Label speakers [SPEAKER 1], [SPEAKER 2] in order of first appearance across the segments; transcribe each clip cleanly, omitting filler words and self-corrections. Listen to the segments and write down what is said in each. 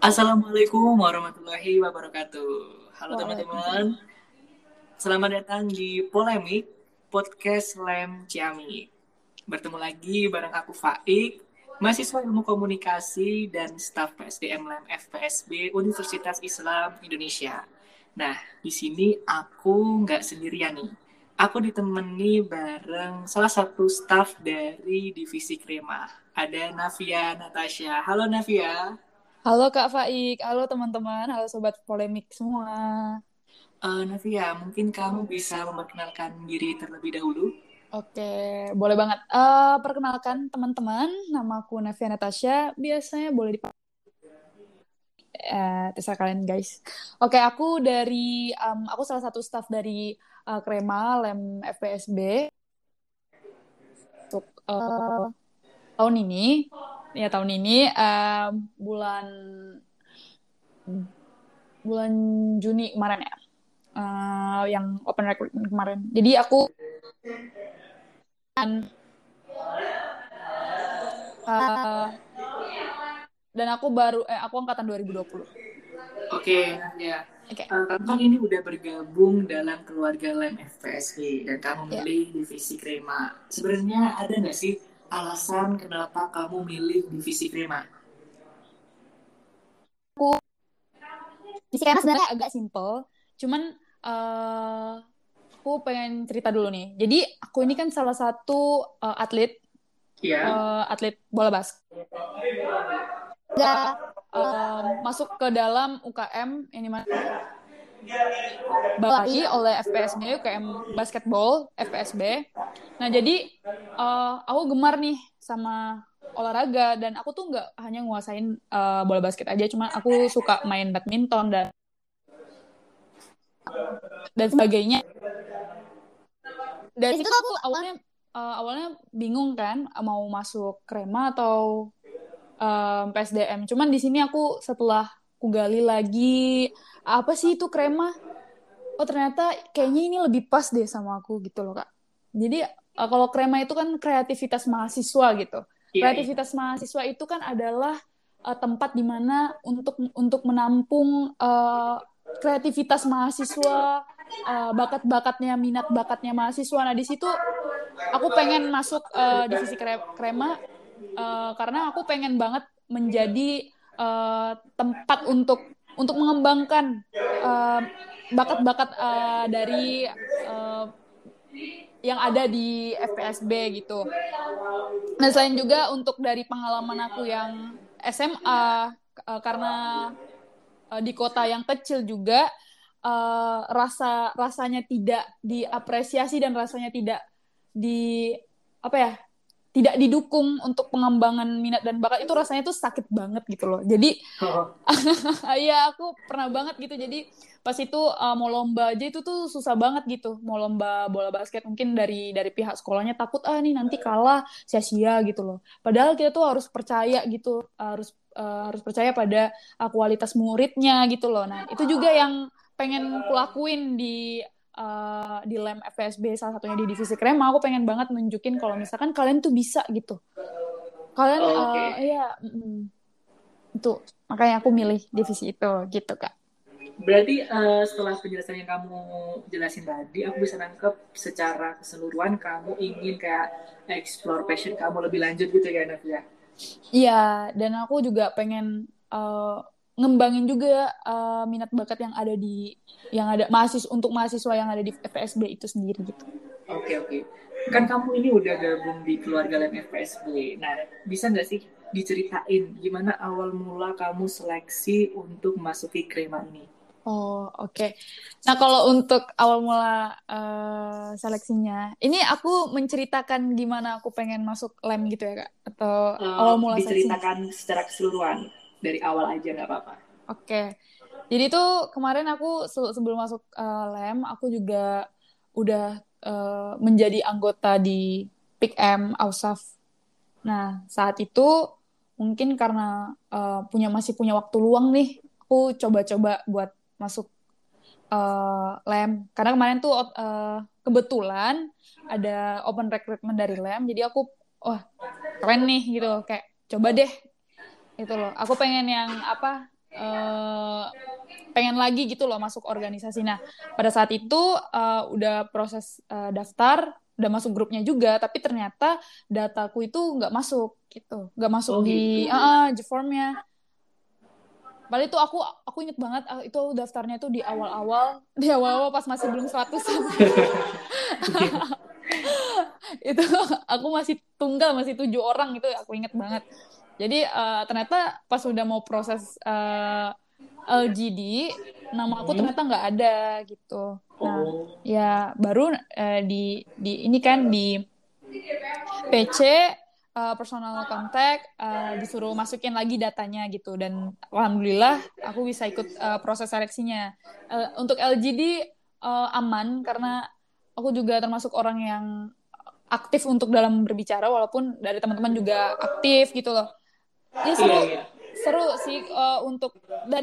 [SPEAKER 1] Assalamualaikum warahmatullahi wabarakatuh. Halo
[SPEAKER 2] Waalaikumsalam.
[SPEAKER 1] teman-teman, selamat datang di Polemik Podcast Lem Ciamik. Bertemu lagi bareng aku Faik, mahasiswa ilmu komunikasi dan staf PSDM Lem FPSB Universitas Islam Indonesia. Nah, di sini aku nggak sendirian nih. Aku ditemani bareng salah satu staf dari Divisi Krema. Ada Navia Natasha. Halo Navia.
[SPEAKER 2] Halo Kak Faik, halo teman-teman, halo sobat polemik semua.
[SPEAKER 1] Navia, mungkin kamu bisa memperkenalkan diri terlebih dahulu.
[SPEAKER 2] Oke, boleh banget. Perkenalkan teman-teman, nama aku Navia Natasha. Biasanya boleh dipanggil terserah kalian guys. Oke, aku salah satu staff dari Krema Lem FPSB untuk tahun ini. Ya tahun ini bulan bulan Juni kemarin ya. Yang open recruitment kemarin. Jadi aku uh, dan aku angkatan 2020.
[SPEAKER 1] Oke, Navia.
[SPEAKER 2] Oke.
[SPEAKER 1] Kamu kan ini udah bergabung dalam keluarga Lem FPSB dan kamu
[SPEAKER 2] Ya.
[SPEAKER 1] milih divisi Krema. Sebenarnya ada nggak sih alasan kenapa kamu milih divisi Krema?
[SPEAKER 2] Aku di sekarang sebenarnya agak simple, cuman aku pengen cerita dulu nih. Jadi aku ini kan salah satu atlet
[SPEAKER 1] Iya.
[SPEAKER 2] atlet bola basket. Gak masuk ke dalam UKM ini bagi oleh FPSB, UKM basketball FPSB. Nah, jadi aku gemar nih sama olahraga dan aku tuh nggak hanya nguasain bola basket aja, cuma aku suka main badminton dan sebagainya. Dari situ tuh aku awalnya bingung kan mau masuk Krema atau PSDM. Cuman di sini aku setelah aku gali lagi apa sih itu Krema? Oh ternyata kayaknya ini lebih pas deh sama aku gitu loh Kak. Jadi kalau Krema itu kan kreativitas mahasiswa gitu.
[SPEAKER 1] Iya, iya.
[SPEAKER 2] Kreativitas mahasiswa itu kan adalah tempat di mana untuk menampung kreativitas mahasiswa, bakat-bakatnya, minat bakatnya mahasiswa. Nah di situ aku pengen masuk divisi Krema karena aku pengen banget menjadi tempat untuk mengembangkan uh, bakat-bakat dari uh, yang ada di FPSB gitu. Dan selain juga untuk dari pengalaman aku yang SMA karena di kota yang kecil juga rasanya tidak diapresiasi dan rasanya tidak di apa ya tidak didukung untuk pengembangan minat dan bakat itu rasanya tuh sakit banget gitu loh. Jadi
[SPEAKER 1] Oh,
[SPEAKER 2] ya aku pernah banget gitu. Jadi pas itu mau lomba aja itu tuh susah banget gitu. Mau lomba bola basket mungkin dari pihak sekolahnya takut nih nanti kalah sia-sia gitu loh. Padahal kita tuh harus percaya gitu, harus percaya pada kualitas muridnya gitu loh. Nah, itu juga yang pengen kulakuin di LEM FSB salah satunya di divisi Krema. Aku pengen banget nunjukin kalau misalkan kalian tuh bisa gitu. Kalian
[SPEAKER 1] oke.
[SPEAKER 2] ya itu makanya aku milih divisi itu gitu Kak.
[SPEAKER 1] Berarti setelah penjelasan yang kamu jelasin tadi, aku bisa nangkep secara keseluruhan kamu ingin kayak explore passion kamu lebih lanjut gitu ya, Navia?
[SPEAKER 2] Iya, dan aku juga pengen ngembangin juga minat bakat yang ada untuk mahasiswa yang ada di FPSB itu sendiri gitu.
[SPEAKER 1] Oke, oke. Kan kamu ini udah gabung di keluarga Lem FPSB. Nah, bisa nggak sih diceritain gimana awal mula kamu seleksi untuk masuki Krema ini?
[SPEAKER 2] Oh, oke. Nah, kalau untuk awal mula seleksinya, ini aku menceritakan gimana aku pengen masuk lem gitu ya, Kak? Atau awal mula seleksinya?
[SPEAKER 1] Diceritakan secara keseluruhan dari awal aja nggak apa-apa.
[SPEAKER 2] Oke. Jadi tuh kemarin aku sebelum masuk lem, aku juga udah menjadi anggota di PIKM Ausaf. Nah, saat itu mungkin karena masih punya waktu luang nih, aku coba-coba buat masuk lem. Karena kemarin tuh kebetulan ada open recruitment dari lem, jadi aku wah keren nih gitu, kayak coba deh gitu loh. Aku pengen yang apa? pengen lagi gitu loh masuk organisasi. Nah, pada saat itu udah proses daftar, udah masuk grupnya juga, tapi ternyata dataku itu nggak masuk gitu, nggak masuk
[SPEAKER 1] Oh
[SPEAKER 2] di
[SPEAKER 1] gitu.
[SPEAKER 2] J-formnya. Padahal itu aku inget banget itu daftarnya tuh di awal-awal pas masih belum 100-an. Itu aku masih tunggal, masih 7 orang, itu aku inget banget. Jadi ternyata pas udah mau proses LGD, nama aku ternyata nggak ada gitu. Nah,
[SPEAKER 1] Oh.
[SPEAKER 2] ya baru di ini kan di PC personal contact disuruh masukin lagi datanya gitu, dan alhamdulillah aku bisa ikut proses seleksinya. Untuk LGD aman karena aku juga termasuk orang yang aktif untuk dalam berbicara, walaupun dari teman-teman juga aktif gitu loh. Ya
[SPEAKER 1] Iya,
[SPEAKER 2] seru,
[SPEAKER 1] iya.
[SPEAKER 2] seru sih untuk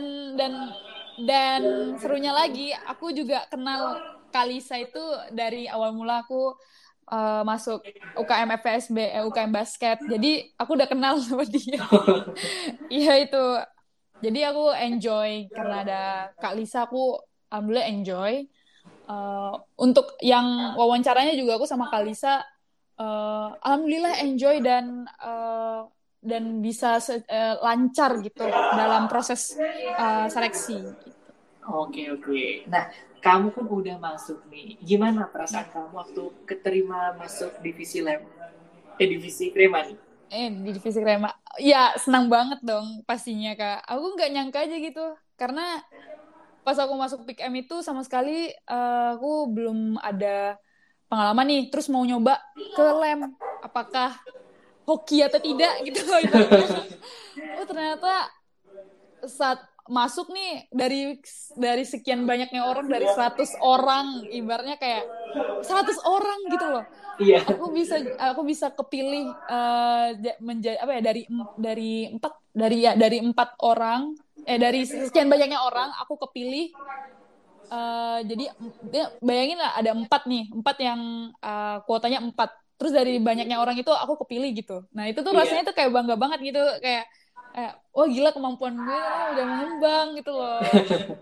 [SPEAKER 2] dan serunya lagi aku juga kenal Kalisa itu dari awal mula aku masuk UKM FPSB, UKM basket. Jadi aku udah kenal sama dia. Iya itu. Jadi aku enjoy karena ada Kak Lisa, aku alhamdulillah enjoy. Untuk yang wawancaranya juga aku sama Kak Lisa, alhamdulillah enjoy dan bisa lancar gitu dalam proses seleksi.
[SPEAKER 1] Oke, oke. Nah, kamu kan udah masuk nih. Gimana perasaan kamu waktu keterima masuk divisi lab? Divisi Krema nih.
[SPEAKER 2] Di divisi Krema, ya senang banget dong pastinya Kak. Aku nggak nyangka aja gitu, karena pas aku masuk PIKM itu sama sekali aku belum ada pengalaman nih. Terus mau nyoba ke lem, apakah hoki atau tidak gitu loh ibaratnya. Oh ternyata saat masuk nih dari sekian banyaknya orang, dari 100 orang, ibaratnya kayak 100 orang gitu loh.
[SPEAKER 1] Iya.
[SPEAKER 2] Aku bisa kepilih menjadi apa ya, dari empat orang, dari sekian banyaknya orang aku kepilih. Jadi bayangin lah, ada empat yang kuotanya 4, terus dari banyaknya orang itu aku kepilih gitu. Nah itu tuh
[SPEAKER 1] Iya.
[SPEAKER 2] rasanya tuh kayak bangga banget gitu, kayak wah gila kemampuan gue udah mengembang gitu loh.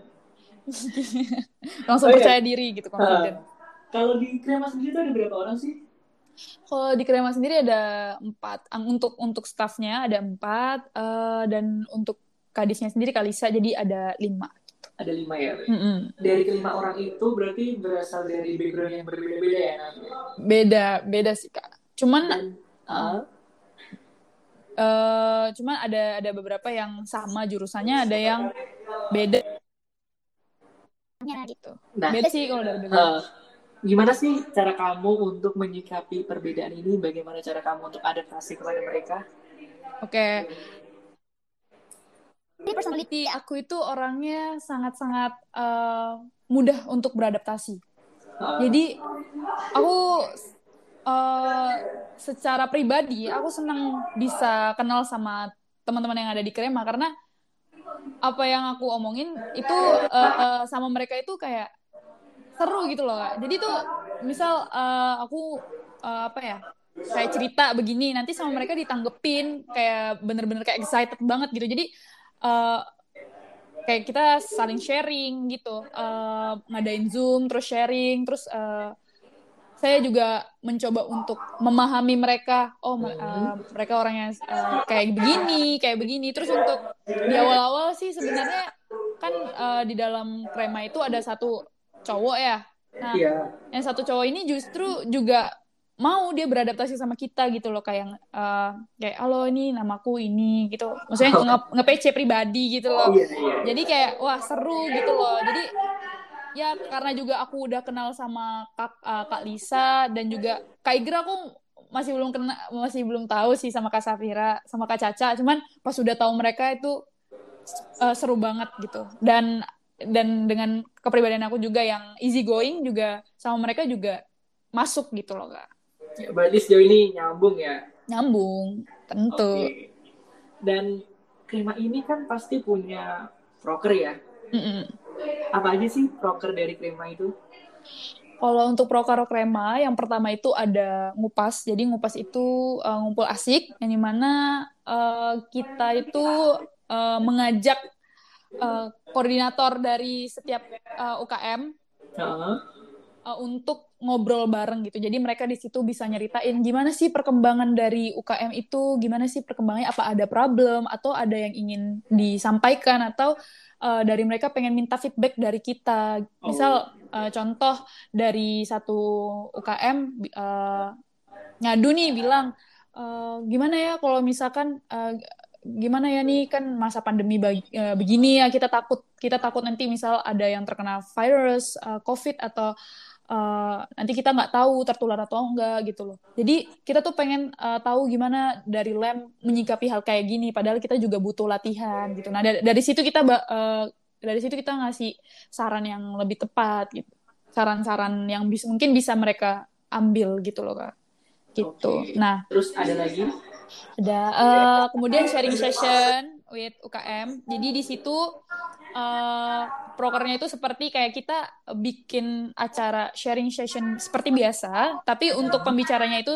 [SPEAKER 1] Oh
[SPEAKER 2] Langsung
[SPEAKER 1] iya.
[SPEAKER 2] percaya diri gitu,
[SPEAKER 1] Uh,
[SPEAKER 2] confident.
[SPEAKER 1] Kalau di Krema sendiri tuh ada berapa orang sih?
[SPEAKER 2] Kalau di Krema sendiri ada 4. Untuk staffnya ada 4, dan untuk kadisnya sendiri Kalisa jadi ada 5.
[SPEAKER 1] Ada 5 ya.
[SPEAKER 2] Mm-mm.
[SPEAKER 1] Dari kelima orang itu berarti berasal dari background yang berbeda-beda ya, Nadia?
[SPEAKER 2] Beda sih Kak. Cuman
[SPEAKER 1] Dan
[SPEAKER 2] cuman ada beberapa yang sama jurusannya, ada yang beda gitu.
[SPEAKER 1] nah,
[SPEAKER 2] Beda sih kalau dari background.
[SPEAKER 1] gimana sih cara kamu untuk menyikapi perbedaan ini? Bagaimana cara kamu untuk adaptasi kepada mereka?
[SPEAKER 2] Oke. Ini personality aku itu orangnya sangat-sangat mudah untuk beradaptasi. Jadi aku secara pribadi aku senang bisa kenal sama teman-teman yang ada di Krema, karena apa yang aku omongin itu sama mereka itu kayak seru gitu loh Kak. Jadi tuh misal aku apa ya, kayak cerita begini, nanti sama mereka ditanggepin kayak bener-bener kayak excited banget gitu. Jadi kayak kita saling sharing gitu, ngadain Zoom terus sharing, terus saya juga mencoba untuk memahami mereka. Oh mereka orangnya kayak begini. Terus untuk di awal-awal sih sebenarnya kan di dalam Krema itu ada satu cowok ya. Nah,
[SPEAKER 1] Iya.
[SPEAKER 2] yang satu cowok ini justru juga mau dia beradaptasi sama kita gitu loh, kayak halo ini namaku ini gitu. Maksudnya nge-PC pribadi gitu loh.
[SPEAKER 1] Iya, iya.
[SPEAKER 2] Jadi kayak wah seru gitu loh. Jadi ya karena juga aku udah kenal sama Kak Lisa dan juga Kak Igra, aku masih belum tahu sih sama Kak Safira, sama Kak Caca. Cuman pas udah tahu mereka itu seru banget gitu. Dan dengan kepribadian aku juga yang easy going, juga sama mereka juga masuk gitu loh Kak.
[SPEAKER 1] Ya, berarti sejauh ini nyambung ya?
[SPEAKER 2] Nyambung, tentu.
[SPEAKER 1] Oke. Dan Krema ini kan pasti punya proker ya?
[SPEAKER 2] Mm-mm.
[SPEAKER 1] Apa aja sih proker dari Krema itu?
[SPEAKER 2] Kalau untuk Prokaro Krema, yang pertama itu ada ngupas. Jadi ngupas itu ngumpul asik, yang dimana kita itu mengajak koordinator dari setiap UKM untuk ngobrol bareng gitu. Jadi mereka di situ bisa nyeritain gimana sih perkembangan dari UKM itu, gimana sih perkembangannya, apa ada problem atau ada yang ingin disampaikan atau dari mereka pengen minta feedback dari kita. Misal contoh dari satu UKM ngadu nih bilang gimana ya kalau misalkan gimana ya nih kan masa pandemi begini ya kita takut nanti misal ada yang terkena virus COVID atau nanti kita nggak tahu tertular atau enggak gitu loh. Jadi kita tuh pengen tahu gimana dari LEM menyikapi hal kayak gini. Padahal kita juga butuh latihan gitu. Nah dari situ kita ngasih saran yang lebih tepat gitu. Saran-saran yang mungkin bisa mereka ambil gitu loh Kak. Gitu.
[SPEAKER 1] Okay.
[SPEAKER 2] Nah
[SPEAKER 1] terus ada lagi?
[SPEAKER 2] Ada kemudian sharing session with UKM. Jadi di situ prokernya itu seperti kayak kita bikin acara sharing session seperti biasa, tapi untuk pembicaranya itu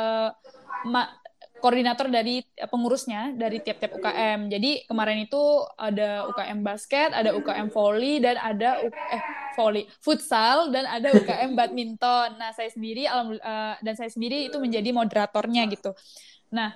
[SPEAKER 2] koordinator dari pengurusnya dari tiap-tiap UKM. Jadi kemarin itu ada UKM basket, ada UKM volley dan ada futsal dan ada UKM badminton. Nah, saya sendiri itu menjadi moderatornya gitu. Nah,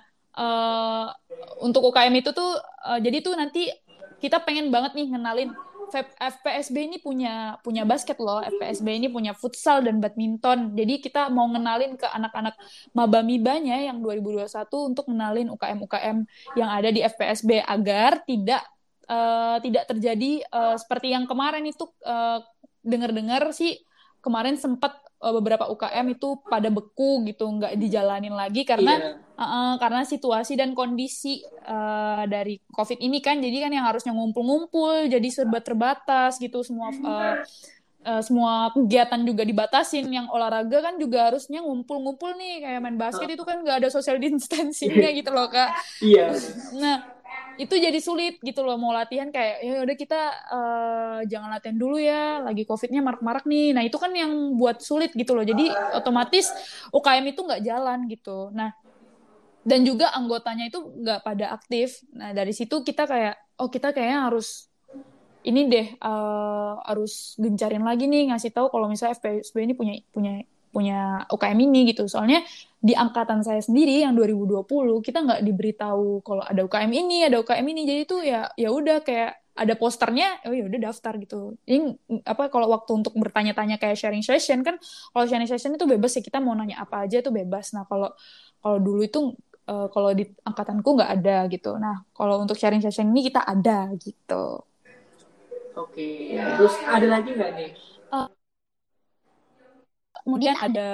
[SPEAKER 2] untuk UKM itu tuh jadi tuh nanti kita pengen banget nih ngenalin FPSB ini punya basket loh, FPSB ini punya futsal dan badminton. Jadi kita mau ngenalin ke anak-anak maba-mibanya yang 2021 untuk ngenalin UKM-UKM yang ada di FPSB agar tidak terjadi seperti yang kemarin itu dengar-dengar sih kemarin sempat beberapa UKM itu pada beku gitu, nggak dijalanin lagi karena situasi dan kondisi dari COVID ini kan, jadi kan yang harusnya ngumpul-ngumpul jadi serba terbatas gitu, semua kegiatan juga dibatasin, yang olahraga kan juga harusnya ngumpul-ngumpul nih, kayak main basket itu kan nggak ada social distancingnya gitu loh Kak.
[SPEAKER 1] Iya.
[SPEAKER 2] Nah itu jadi sulit gitu loh mau latihan, kayak ya udah kita jangan latihan dulu ya, lagi COVID-nya marak-marak nih. Nah itu kan yang buat sulit gitu loh, jadi otomatis UKM itu nggak jalan gitu. Nah dan juga anggotanya itu nggak pada aktif. Nah dari situ kita kayak kita kayaknya harus ini deh harus gencarin lagi nih ngasih tahu kalau misalnya FPSB ini punya UKM ini gitu. Soalnya di angkatan saya sendiri yang 2020 kita nggak diberitahu kalau ada UKM ini, jadi tuh ya udah kayak ada posternya, ya udah daftar gitu. Ini kalau waktu untuk bertanya-tanya kayak sharing session kan, kalau sharing session itu bebas ya, kita mau nanya apa aja itu bebas. Nah kalau dulu itu kalau di angkatanku nggak ada gitu. Nah kalau untuk sharing session ini kita ada gitu.
[SPEAKER 1] Oke. Terus ada lagi nggak nih?
[SPEAKER 2] Kemudian ada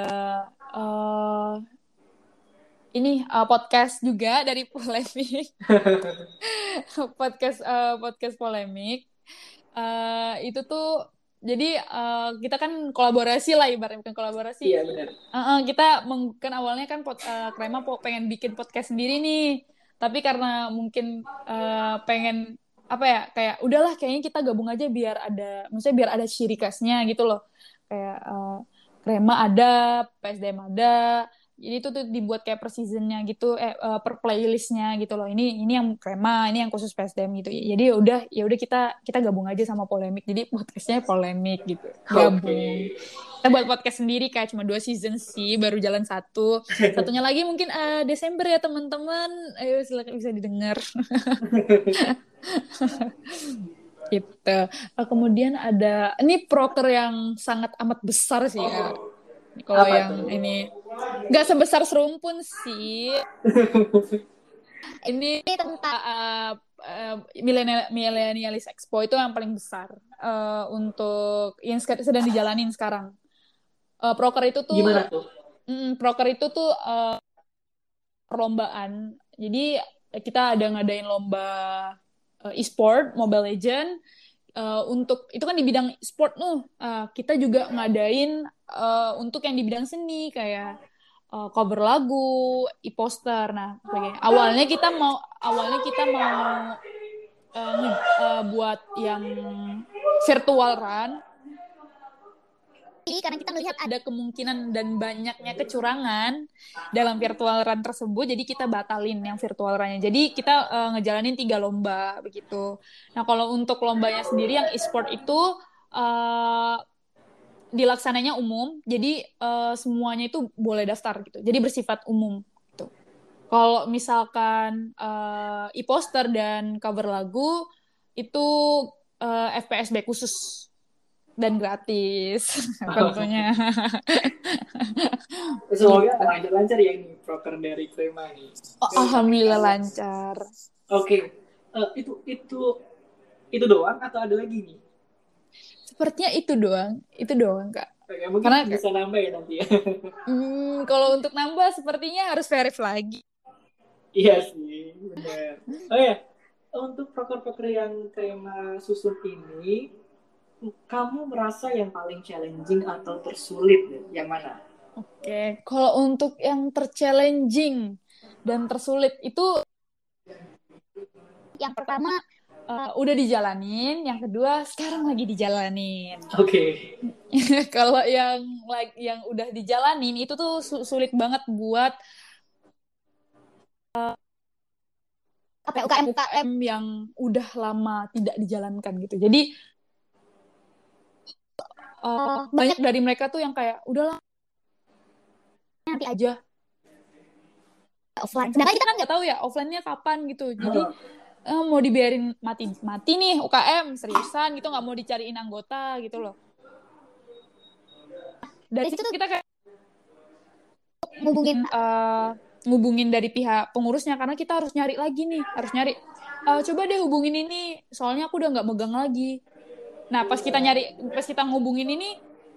[SPEAKER 2] ini podcast juga dari Polemik. podcast Polemik. Itu tuh jadi kita kan kolaborasi lah, ibaratnya kolaborasi.
[SPEAKER 1] Iya benar.
[SPEAKER 2] Kita kan awalnya kan Krema pengen bikin podcast sendiri nih, tapi karena mungkin pengen apa ya, kayak udahlah kayaknya kita gabung aja maksudnya biar ada ciri khasnya gitu loh, kayak Krema ada, PSDM ada. Jadi itu tuh dibuat kayak per seasonnya gitu, per playlistnya gitu loh. Ini yang Krema, ini yang khusus PSDM gitu. Jadi ya udah kita gabung aja sama Polemik. Jadi podcastnya Polemik gitu. Gabung. Okay. Kita buat podcast sendiri kayak cuma 2 season sih, baru jalan 1. Satunya lagi mungkin Desember ya teman-teman. Ayo silakan bisa didengar. Gitu. Kemudian ada ini proker yang sangat amat besar sih ya. Kalau yang tuh? Ini nggak sebesar Serumpun sih. Ini tentang Millennialis Expo itu yang paling besar untuk yang sedang dijalanin sekarang. Proker itu tuh gimana tuh? Proker itu tuh perlombaan. Jadi kita ada ngadain lomba e-sport, Mobile Legend. Untuk itu kan di bidang sport kita juga ngadain untuk yang di bidang seni kayak cover lagu, e-poster. Nah, awalnya kita mau buat yang virtual run. Tapi karena kita melihat ada kemungkinan dan banyaknya kecurangan dalam virtual run tersebut, jadi kita batalin yang virtual run-nya. Jadi kita ngejalanin 3 lomba begitu. Nah, kalau untuk lombanya sendiri yang e-sport itu dilaksananya umum, jadi semuanya itu boleh daftar gitu. Jadi bersifat umum gitu. Kalau misalkan e-poster dan cover lagu itu FPSB khusus dan gratis tentunya.
[SPEAKER 1] Semoga lancar-lancar ya ini proker dari Krema nih.
[SPEAKER 2] Alhamdulillah lancar.
[SPEAKER 1] Oke. Itu doang atau ada lagi nih?
[SPEAKER 2] Sepertinya itu doang Kak.
[SPEAKER 1] Oke, mungkin karena bisa nambah ya nanti ya.
[SPEAKER 2] Kalau untuk nambah sepertinya harus verif lagi.
[SPEAKER 1] Iya sih, benar. Oh ya, untuk proker-proker yang Krema susun ini, kamu merasa yang paling challenging atau tersulit yang mana?
[SPEAKER 2] Oke, kalau untuk yang terchallenging dan tersulit itu yang pertama udah dijalanin, yang kedua sekarang lagi dijalanin.
[SPEAKER 1] Oke.
[SPEAKER 2] Kalau yang udah dijalanin itu tuh sulit banget buat UKM yang udah lama tidak dijalankan gitu. Jadi banyak dari mereka tuh yang kayak udahlah nanti aja offline. Sedangkan kita kan nggak tahu ya offline-nya kapan gitu. Jadi mau dibiarin mati nih UKM seriusan gitu, nggak mau dicariin anggota gitu loh. Dari situ kita kayak ngubungin dari pihak pengurusnya, karena kita harus nyari lagi nih, coba deh hubungin ini, soalnya aku udah nggak megang lagi. Nah pas kita ngubungin ini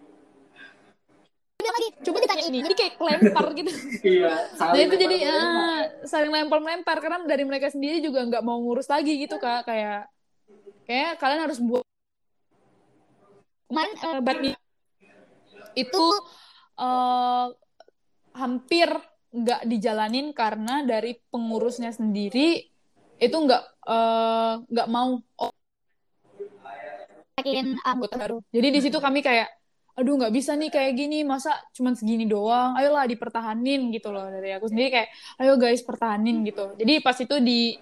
[SPEAKER 2] lagi, coba ditanya ini, jadi kayak kelempar gitu.
[SPEAKER 1] Iya.
[SPEAKER 2] Nah itu jadi saling lempar karena dari mereka sendiri juga nggak mau ngurus lagi gitu Kak, kayak kalian harus buat kemarin badminton itu hampir nggak dijalanin karena dari pengurusnya sendiri itu nggak mau anggota baru. Jadi di situ kami kayak aduh nggak bisa nih kayak gini, masa cuma segini doang, ayolah dipertahanin gitu loh. Dari aku sendiri kayak ayo guys pertahanin gitu. Jadi pas itu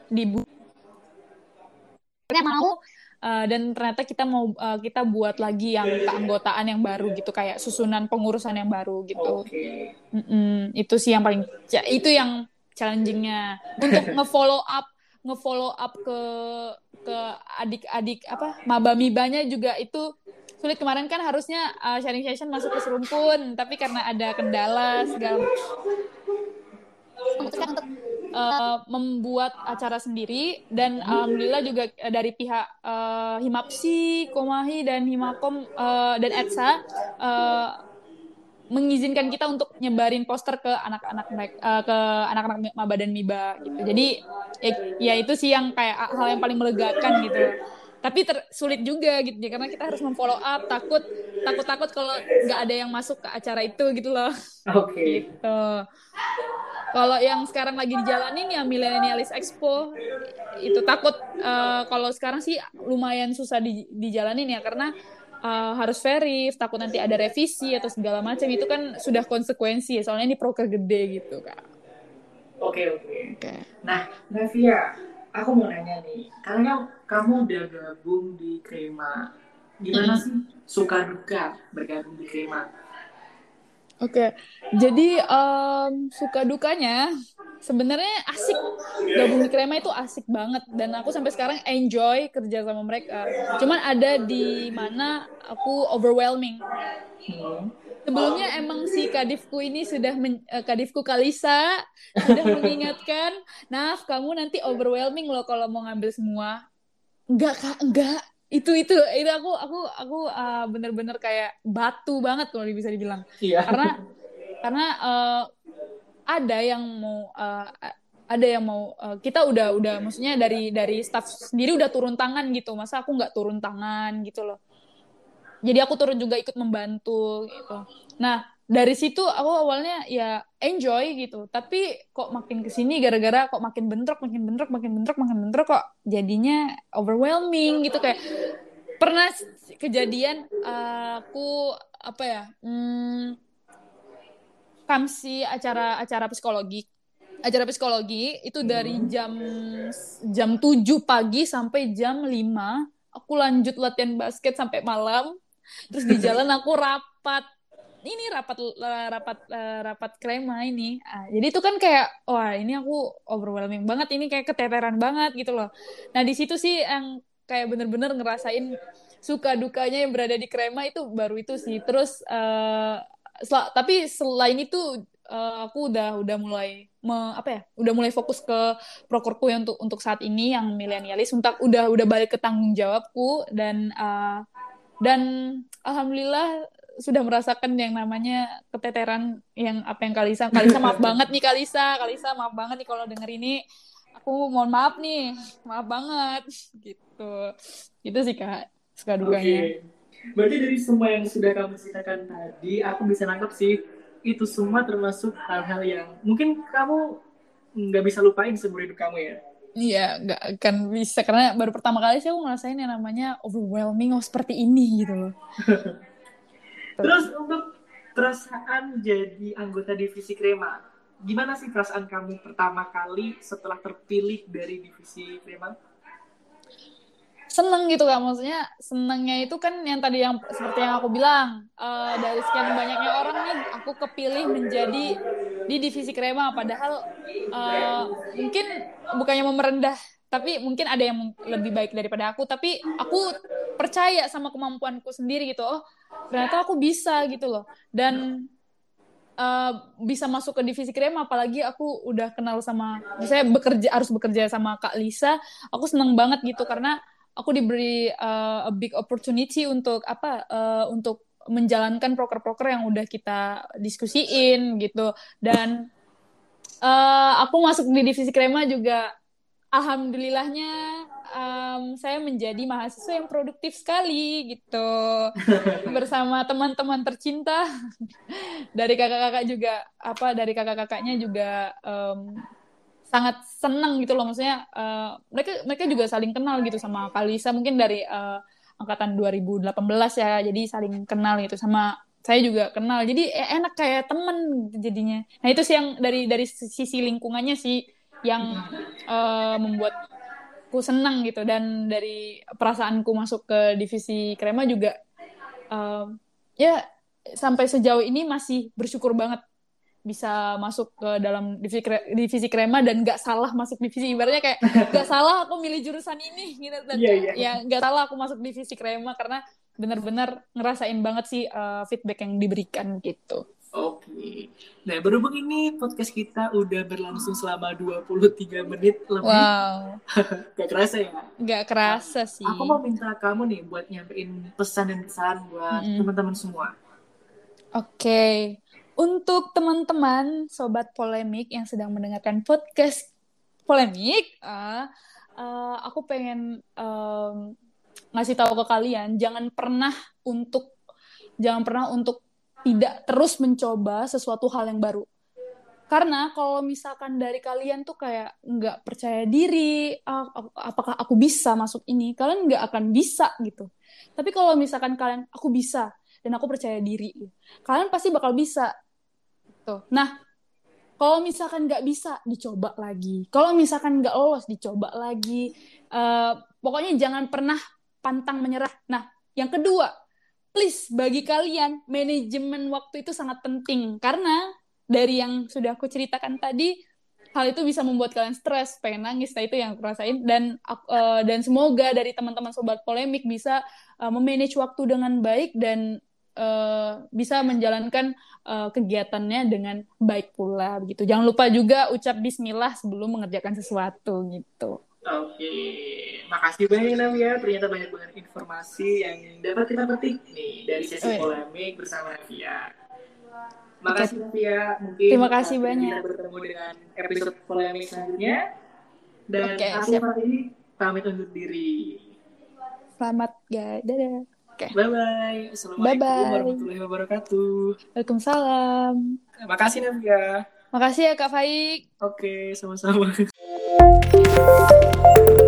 [SPEAKER 2] mau dan ternyata kita buat lagi yang keanggotaan yang baru gitu, kayak susunan pengurusan yang baru gitu. Itu sih yang paling itu yang challengingnya untuk ngefollow up ke adik-adik maba-mibanya juga itu sulit. Kemarin kan harusnya sharing session masuk ke Serumpun, tapi karena ada kendala segala memutuskan untuk membuat acara sendiri, dan alhamdulillah juga dari pihak Himapsi, Komahi dan Himakom dan ETSA mengizinkan kita untuk nyebarin poster ke anak-anak maba dan miba gitu. Jadi ya itu sih yang kayak hal yang paling melegakan gitu. Tapi sulit juga gitu karena kita harus memfollow up, takut kalau nggak ada yang masuk ke acara itu gitu loh.
[SPEAKER 1] Oke.
[SPEAKER 2] Gitu. Kalau yang sekarang lagi dijalanin ya Millennialis Expo itu takut kalau sekarang sih lumayan susah dijalanin ya, karena harus verif, takut nanti ada revisi atau segala macam, itu kan sudah konsekuensi ya, soalnya ini proker gede gitu Kak.
[SPEAKER 1] Oke. Nah, Navia, aku mau nanya nih, karena kamu udah gabung di Krema, gimana sih suka duka bergabung di Krema?
[SPEAKER 2] Oke, jadi suka dukanya sebenarnya asik, gabung di Krema itu asik banget, dan aku sampai sekarang enjoy kerja sama mereka. Cuman ada di mana aku overwhelming. Sebelumnya emang si Kadifku ini Kadifku Kalisa sudah mengingatkan, Naf, kamu nanti overwhelming loh kalau mau ngambil semua. Enggak. Itu aku bener-bener kayak batu banget kalau bisa dibilang.
[SPEAKER 1] Iya.
[SPEAKER 2] Karena ada yang mau kita udah maksudnya dari staff sendiri udah turun tangan gitu, masa aku nggak turun tangan gitu loh. Jadi aku turun juga ikut membantu gitu. Nah dari situ aku awalnya ya enjoy gitu, tapi kok makin kesini gara-gara kok makin bentrok kok jadinya overwhelming gitu, kayak pernah kejadian aku apa ya? Kamsi acara psikologi. Acara psikologi itu dari jam 7 pagi sampai jam 5. Aku lanjut latihan basket sampai malam. Terus di jalan aku rapat krema ini. Jadi itu kan kayak wah, ini aku overwhelming banget, ini kayak keteteran banget gitu loh. Nah, di situ sih yang kayak bener-bener ngerasain suka dukanya yang berada di krema itu baru itu sih. Terus tapi selain itu aku udah mulai udah mulai fokus ke prokerku yang untuk saat ini yang milenialis, udah balik ke tanggung jawabku dan alhamdulillah sudah merasakan yang namanya keteteran yang apa yang Kalisa maaf banget nih Kalisa maaf banget nih kalau denger ini, aku mohon maaf nih, maaf banget gitu sih Kak suka dukanya.
[SPEAKER 1] Berarti dari semua yang sudah kamu ceritakan tadi, aku bisa nangkep sih itu semua termasuk hal-hal yang mungkin kamu nggak bisa lupain seumur hidup kamu ya.
[SPEAKER 2] Iya, nggak akan bisa karena baru pertama kali sih aku ngerasain yang namanya overwhelming seperti ini gitu loh.
[SPEAKER 1] Terus untuk perasaan jadi anggota divisi krema, gimana sih perasaan kamu pertama kali setelah terpilih dari divisi krema?
[SPEAKER 2] Seneng gitu Kak, maksudnya senengnya itu kan yang tadi yang seperti yang aku bilang, dari sekian banyaknya orang nih aku kepilih menjadi di divisi krema, padahal mungkin bukannya merendah, tapi mungkin ada yang lebih baik daripada aku, tapi aku percaya sama kemampuanku sendiri gitu. Oh ternyata aku bisa gitu loh, dan bisa masuk ke divisi krema, apalagi aku udah kenal sama, misalnya harus bekerja sama Kak Lisa, aku seneng banget gitu karena aku diberi a big opportunity untuk untuk menjalankan proker-proker yang udah kita diskusiin gitu. Dan aku masuk di divisi krema juga alhamdulillahnya saya menjadi mahasiswa yang produktif sekali gitu bersama teman-teman tercinta dari kakak-kakak juga dari kakak-kakaknya juga sangat senang gitu loh, maksudnya mereka juga saling kenal gitu sama Kalisa, mungkin dari angkatan 2018 ya, jadi saling kenal gitu, sama saya juga kenal, jadi enak kayak temen jadinya. Nah itu sih yang dari sisi lingkungannya sih yang membuatku senang gitu, dan dari perasaanku masuk ke divisi krema juga ya sampai sejauh ini masih bersyukur banget bisa masuk ke dalam divisi krema dan nggak salah masuk divisi, ibaratnya kayak nggak salah aku milih jurusan ini gitu. Ya nggak salah aku masuk divisi krema karena benar-benar ngerasain banget sih feedback yang diberikan gitu.
[SPEAKER 1] Oke. Nah, berhubung ini podcast kita udah berlangsung selama 23 menit lebih.
[SPEAKER 2] Wow.
[SPEAKER 1] Gak kerasa ya?
[SPEAKER 2] Gak kerasa sih.
[SPEAKER 1] Aku mau minta kamu nih buat nyampein pesan dan kesan buat teman-teman semua.
[SPEAKER 2] Oke. Untuk teman-teman sobat polemik yang sedang mendengarkan podcast polemik, aku pengen ngasih tahu ke kalian, jangan pernah untuk tidak terus mencoba sesuatu hal yang baru. Karena kalau misalkan dari kalian tuh kayak nggak percaya diri, apakah aku bisa masuk ini, kalian nggak akan bisa gitu. Tapi kalau misalkan kalian, aku bisa dan aku percaya diri, kalian pasti bakal bisa. Tuh. Nah, kalau misalkan nggak bisa, dicoba lagi. Kalau misalkan nggak lolos, dicoba lagi. Pokoknya jangan pernah pantang menyerah. Nah, yang kedua, please, bagi kalian, manajemen waktu itu sangat penting. Karena dari yang sudah aku ceritakan tadi, hal itu bisa membuat kalian stres, pengen nangis. Nah, itu yang aku rasain. Dan semoga dari teman-teman sobat polemik bisa memanage waktu dengan baik dan bisa menjalankan kegiatannya dengan baik pula begitu. Jangan lupa juga ucap bismillah sebelum mengerjakan sesuatu gitu.
[SPEAKER 1] Oke, makasih banyak Navia. Ternyata banyak banget informasi yang dapat kita petik nih dari sesi polemik bersama Navia. Makasih Navia. Mungkin
[SPEAKER 2] terima kasih banyak.
[SPEAKER 1] Kita bertemu dengan episode polemik selanjutnya. Dan aku ini pamit undur diri.
[SPEAKER 2] Selamat guys, dadah.
[SPEAKER 1] Bye-bye. Assalamualaikum warahmatullahi wabarakatuh.
[SPEAKER 2] Waalaikumsalam.
[SPEAKER 1] Makasih Navia.
[SPEAKER 2] Makasih ya Kak Faik.
[SPEAKER 1] Oke, sama-sama.